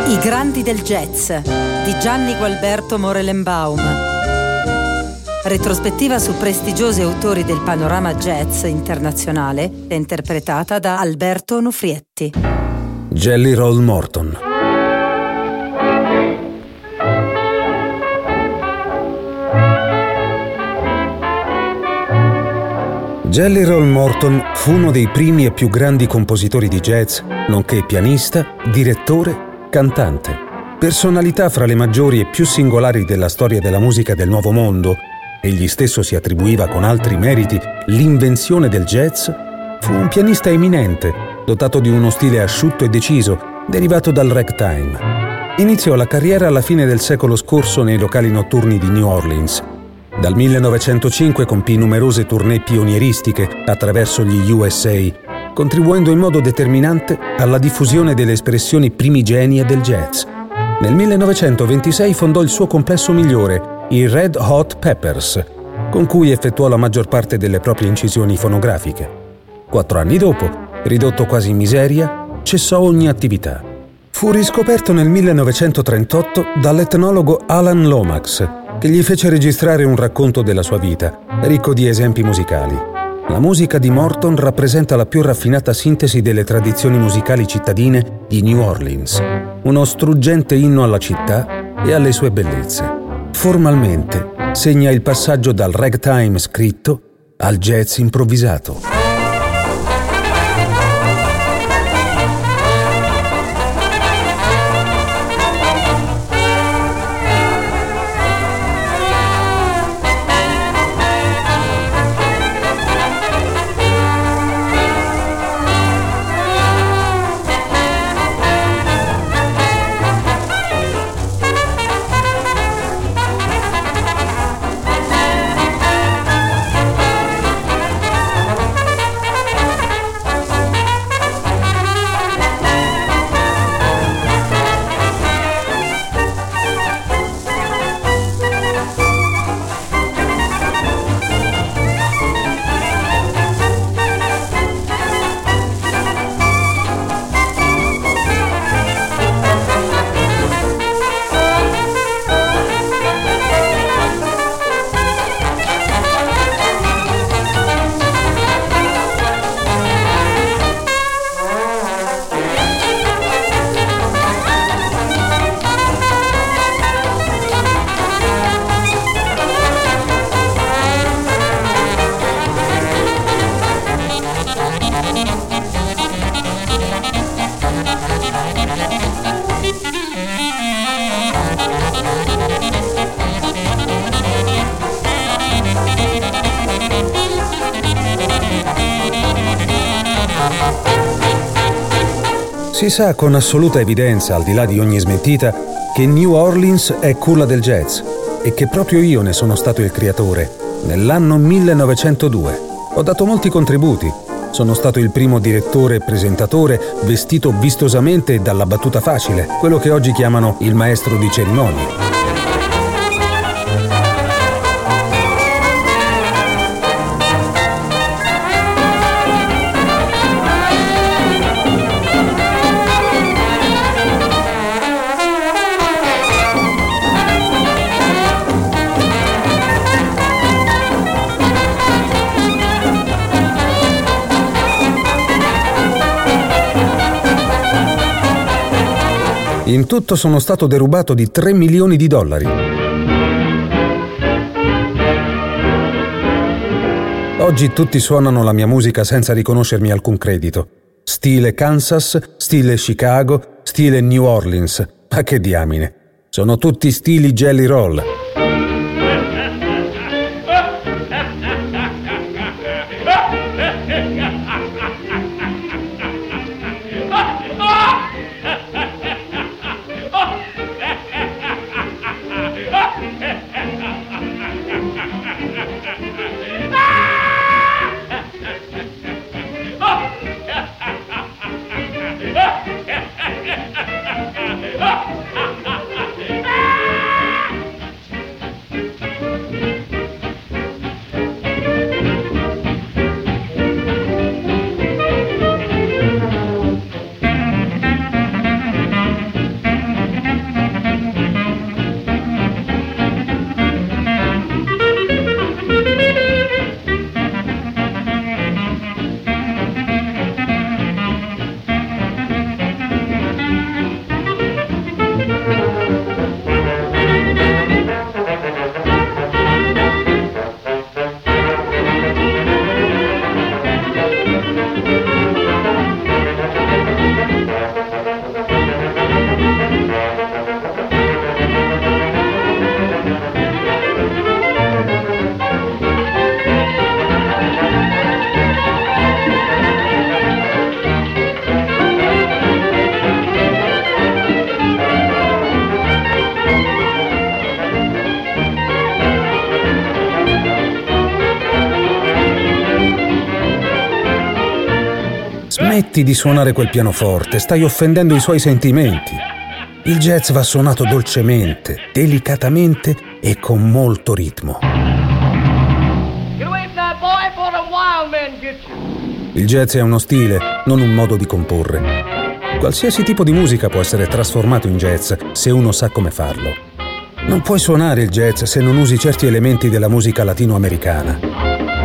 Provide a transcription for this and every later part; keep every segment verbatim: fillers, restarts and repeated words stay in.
I grandi del jazz di Gianni Gualberto Morelenbaum. Retrospettiva su prestigiosi autori del panorama jazz internazionale, interpretata da Alberto Onufrietti. Jelly Roll Morton. Jelly Roll Morton fu uno dei primi e più grandi compositori di jazz, nonché pianista, direttore, cantante. Personalità fra le maggiori e più singolari della storia della musica del Nuovo Mondo, egli stesso si attribuiva con altri meriti l'invenzione del jazz, fu un pianista eminente, dotato di uno stile asciutto e deciso, derivato dal ragtime. Iniziò la carriera alla fine del secolo scorso nei locali notturni di New Orleans. Dal millenovecentocinque compì numerose tournée pionieristiche attraverso gli U S A, contribuendo in modo determinante alla diffusione delle espressioni primigenie del jazz. Nel millenovecentoventisei fondò il suo complesso migliore, i Red Hot Peppers, con cui effettuò la maggior parte delle proprie incisioni fonografiche. Quattro anni dopo, ridotto quasi in miseria, cessò ogni attività. Fu riscoperto nel millenovecentotrentotto dall'etnologo Alan Lomax, che gli fece registrare un racconto della sua vita, ricco di esempi musicali. La musica di Morton rappresenta la più raffinata sintesi delle tradizioni musicali cittadine di New Orleans, uno struggente inno alla città e alle sue bellezze. Formalmente segna il passaggio dal ragtime scritto al jazz improvvisato. Si sa con assoluta evidenza, al di là di ogni smentita, che New Orleans è culla del jazz e che proprio io ne sono stato il creatore, nell'anno millenovecentodue. Ho dato molti contributi. Sono stato il primo direttore e presentatore vestito vistosamente e dalla battuta facile, quello che oggi chiamano il maestro di cerimonie. In tutto sono stato derubato di tre milioni di dollari. Oggi tutti suonano la mia musica senza riconoscermi alcun credito. Stile Kansas, stile Chicago, stile New Orleans. Ma che diamine. Sono tutti stili Jelly Roll. Smetti di suonare quel pianoforte, stai offendendo i suoi sentimenti. Il jazz va suonato dolcemente, delicatamente e con molto ritmo. Il jazz è uno stile, non un modo di comporre. Qualsiasi tipo di musica può essere trasformato in jazz se uno sa come farlo. Non puoi suonare il jazz se non usi certi elementi della musica latinoamericana.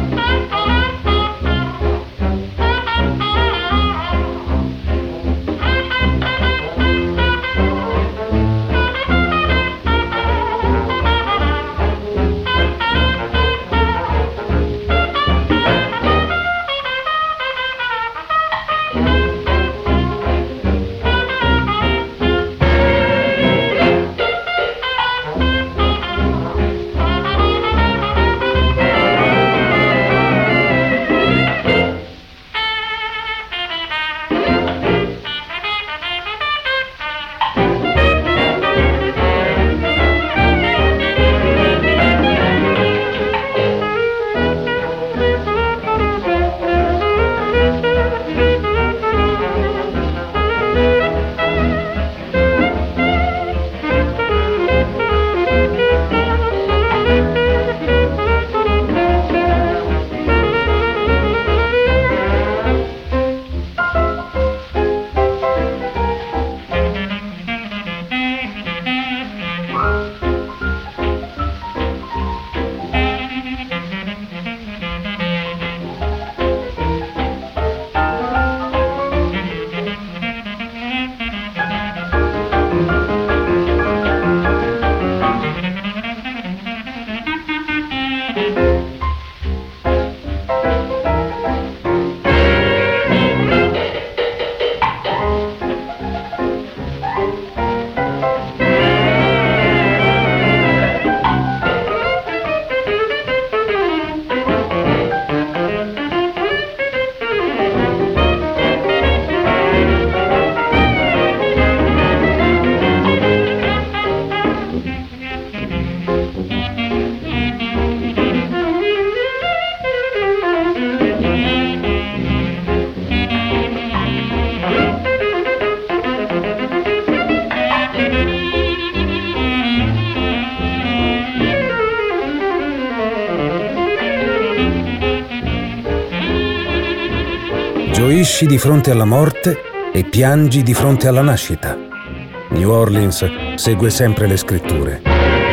Gioisci di fronte alla morte e piangi di fronte alla nascita. New Orleans segue sempre le scritture.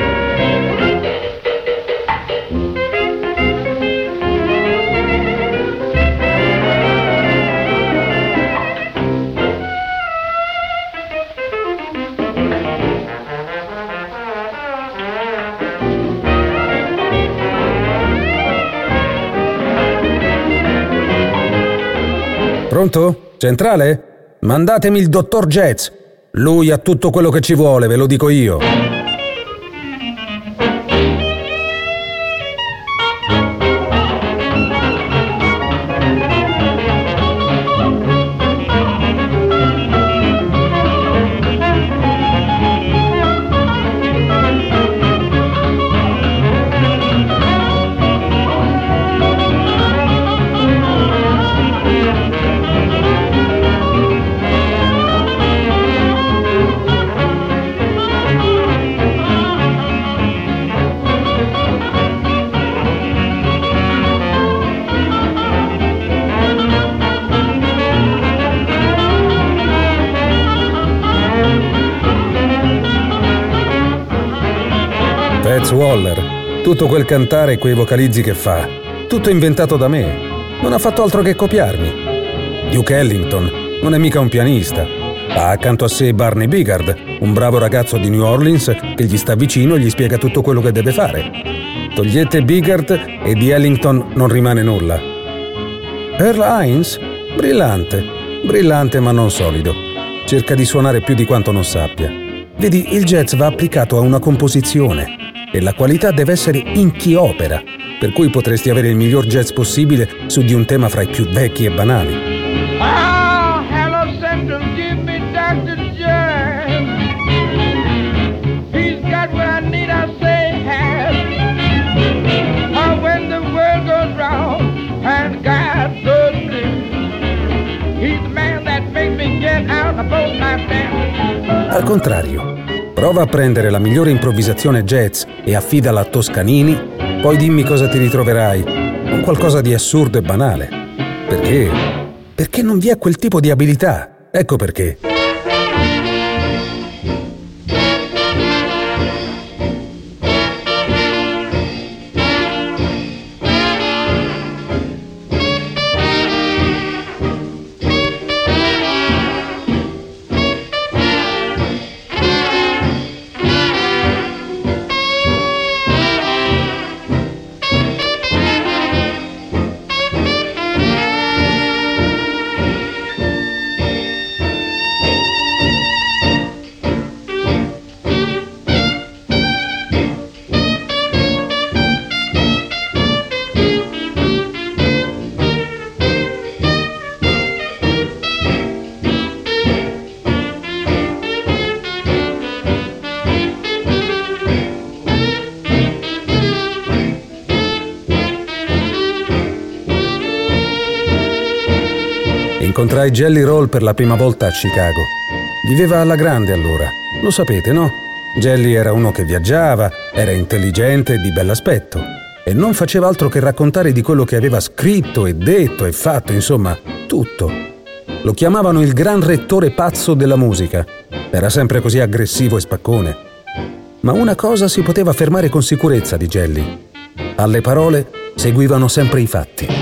Pronto? Centrale? Mandatemi il dottor Jazz. Lui ha tutto quello che ci vuole, ve lo dico io. Fats Waller, tutto quel cantare e quei vocalizzi che fa, tutto inventato da me. Non ha fatto altro che copiarmi. Duke Ellington non è mica un pianista. Ha accanto a sé Barney Bigard, un bravo ragazzo di New Orleans che gli sta vicino e gli spiega tutto quello che deve fare. Togliete Bigard e di Ellington non rimane nulla. Earl Hines? Brillante, brillante ma non solido. Cerca di suonare più di quanto non sappia. Vedi, il jazz va applicato a una composizione e la qualità deve essere in chi opera, per cui potresti avere il miglior jazz possibile su di un tema fra i più vecchi e banali. Oh, hello, Central, give me doctor Jazz. He's got what I need, I say, has. Oh, when the world goes round and God goes blue, he's the man Al contrario, prova a prendere la migliore improvvisazione jazz e affidala a Toscanini, poi dimmi cosa ti ritroverai. Un qualcosa di assurdo e banale. Perché? Perché non vi è quel tipo di abilità. Ecco perché. Incontrai Jelly Roll per la prima volta a Chicago. Viveva alla grande allora, lo sapete, no? Jelly era uno che viaggiava, era intelligente e di bell'aspetto e non faceva altro che raccontare di quello che aveva scritto e detto e fatto, insomma, tutto. Lo chiamavano il gran rettore pazzo della musica. Era sempre così aggressivo e spaccone. Ma una cosa si poteva affermare con sicurezza di Jelly. Alle parole seguivano sempre i fatti.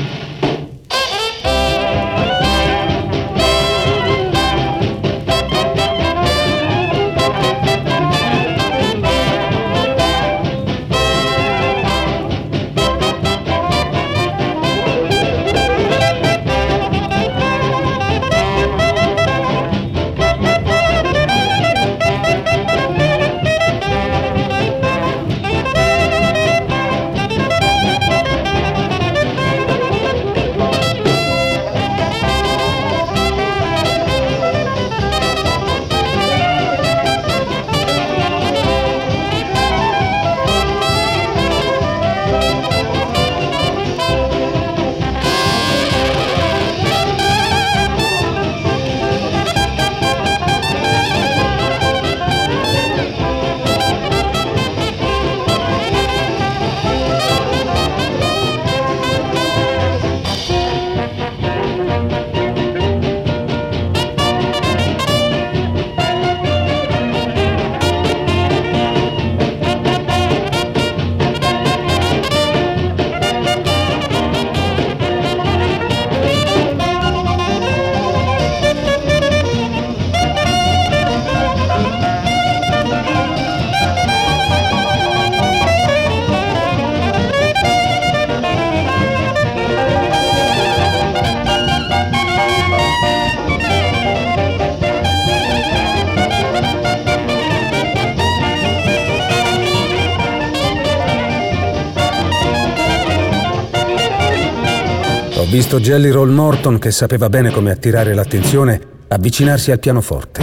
Ho visto Jelly Roll Morton, che sapeva bene come attirare l'attenzione, avvicinarsi al pianoforte.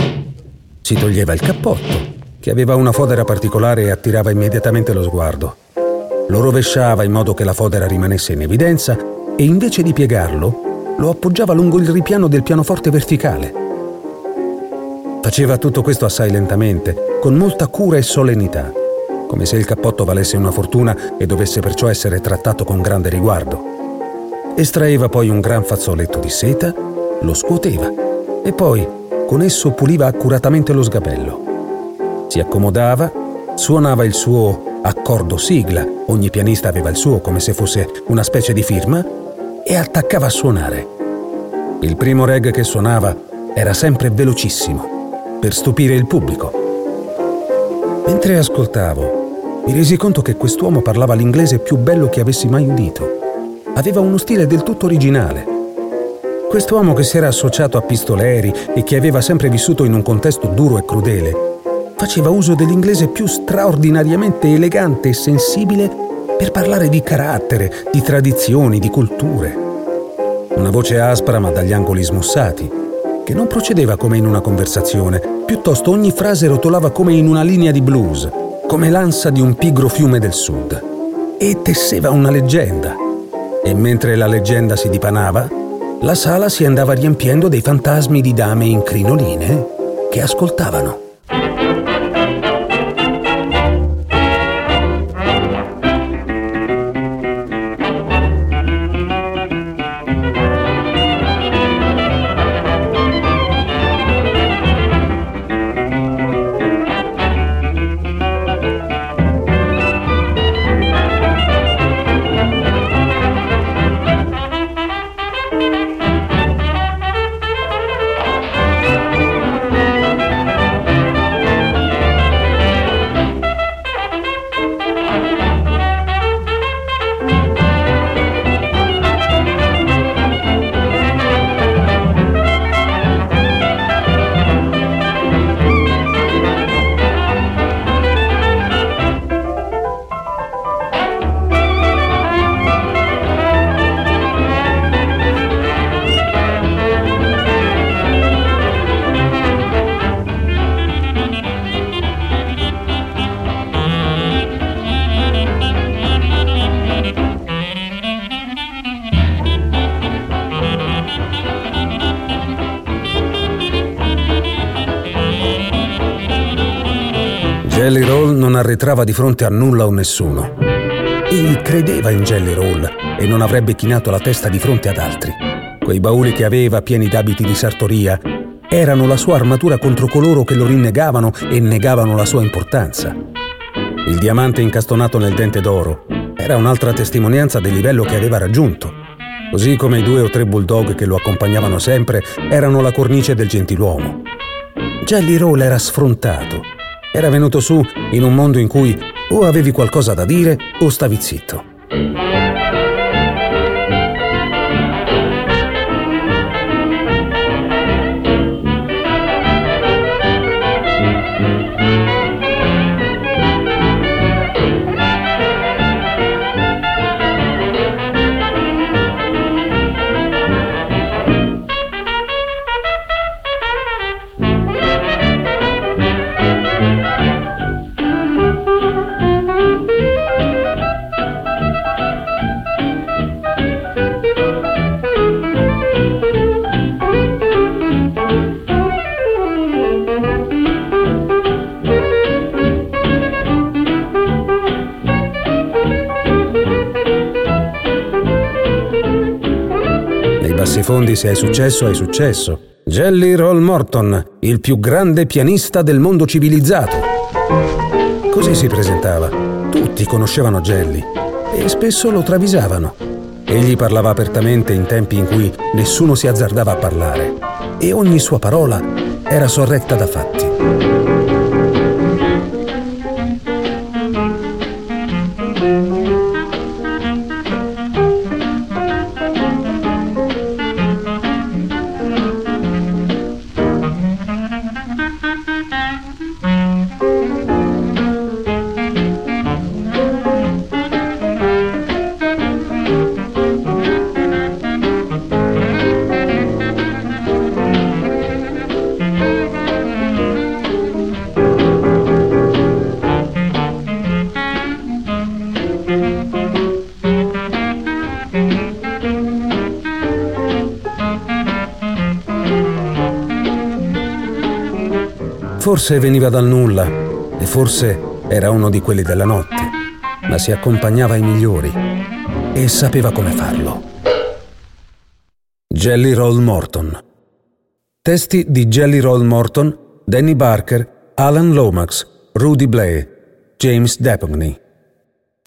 Si toglieva il cappotto, che aveva una fodera particolare e attirava immediatamente lo sguardo. Lo rovesciava in modo che la fodera rimanesse in evidenza e invece di piegarlo, lo appoggiava lungo il ripiano del pianoforte verticale. Faceva tutto questo assai lentamente, con molta cura e solennità, come se il cappotto valesse una fortuna e dovesse perciò essere trattato con grande riguardo. Estraeva poi un gran fazzoletto di seta, lo scuoteva e poi con esso puliva accuratamente lo sgabello. Si accomodava, suonava il suo accordo sigla, ogni pianista aveva il suo come se fosse una specie di firma, e attaccava a suonare. Il primo reg che suonava era sempre velocissimo, per stupire il pubblico. Mentre ascoltavo, mi resi conto che quest'uomo parlava l'inglese più bello che avessi mai udito. Aveva uno stile del tutto originale. Quest'uomo che si era associato a pistoleri e che aveva sempre vissuto in un contesto duro e crudele, faceva uso dell'inglese più straordinariamente elegante e sensibile per parlare di carattere, di tradizioni, di culture. Una voce aspra ma dagli angoli smussati, che non procedeva come in una conversazione, piuttosto ogni frase rotolava come in una linea di blues, come l'ansa di un pigro fiume del sud, e tesseva una leggenda. E mentre la leggenda si dipanava, la sala si andava riempiendo dei fantasmi di dame in crinoline che ascoltavano. Jelly Roll non arretrava di fronte a nulla o nessuno. Egli credeva in Jelly Roll e non avrebbe chinato la testa di fronte ad altri. Quei bauli che aveva, pieni d'abiti di sartoria, erano la sua armatura contro coloro che lo rinnegavano e negavano la sua importanza. Il diamante incastonato nel dente d'oro era un'altra testimonianza del livello che aveva raggiunto, così come i due o tre bulldog che lo accompagnavano sempre erano la cornice del gentiluomo. Jelly Roll era sfrontato. Era venuto su in un mondo in cui o avevi qualcosa da dire o stavi zitto. Fondi, se hai successo, hai successo. Jelly Roll Morton, il più grande pianista del mondo civilizzato. Così si presentava. Tutti conoscevano Jelly e spesso lo travisavano. Egli parlava apertamente in tempi in cui nessuno si azzardava a parlare e ogni sua parola era sorretta da fatti. Forse veniva dal nulla e forse era uno di quelli della notte, ma si accompagnava ai migliori e sapeva come farlo. Jelly Roll Morton. Testi di Jelly Roll Morton, Danny Barker, Alan Lomax, Rudy Blay, James Dapogny.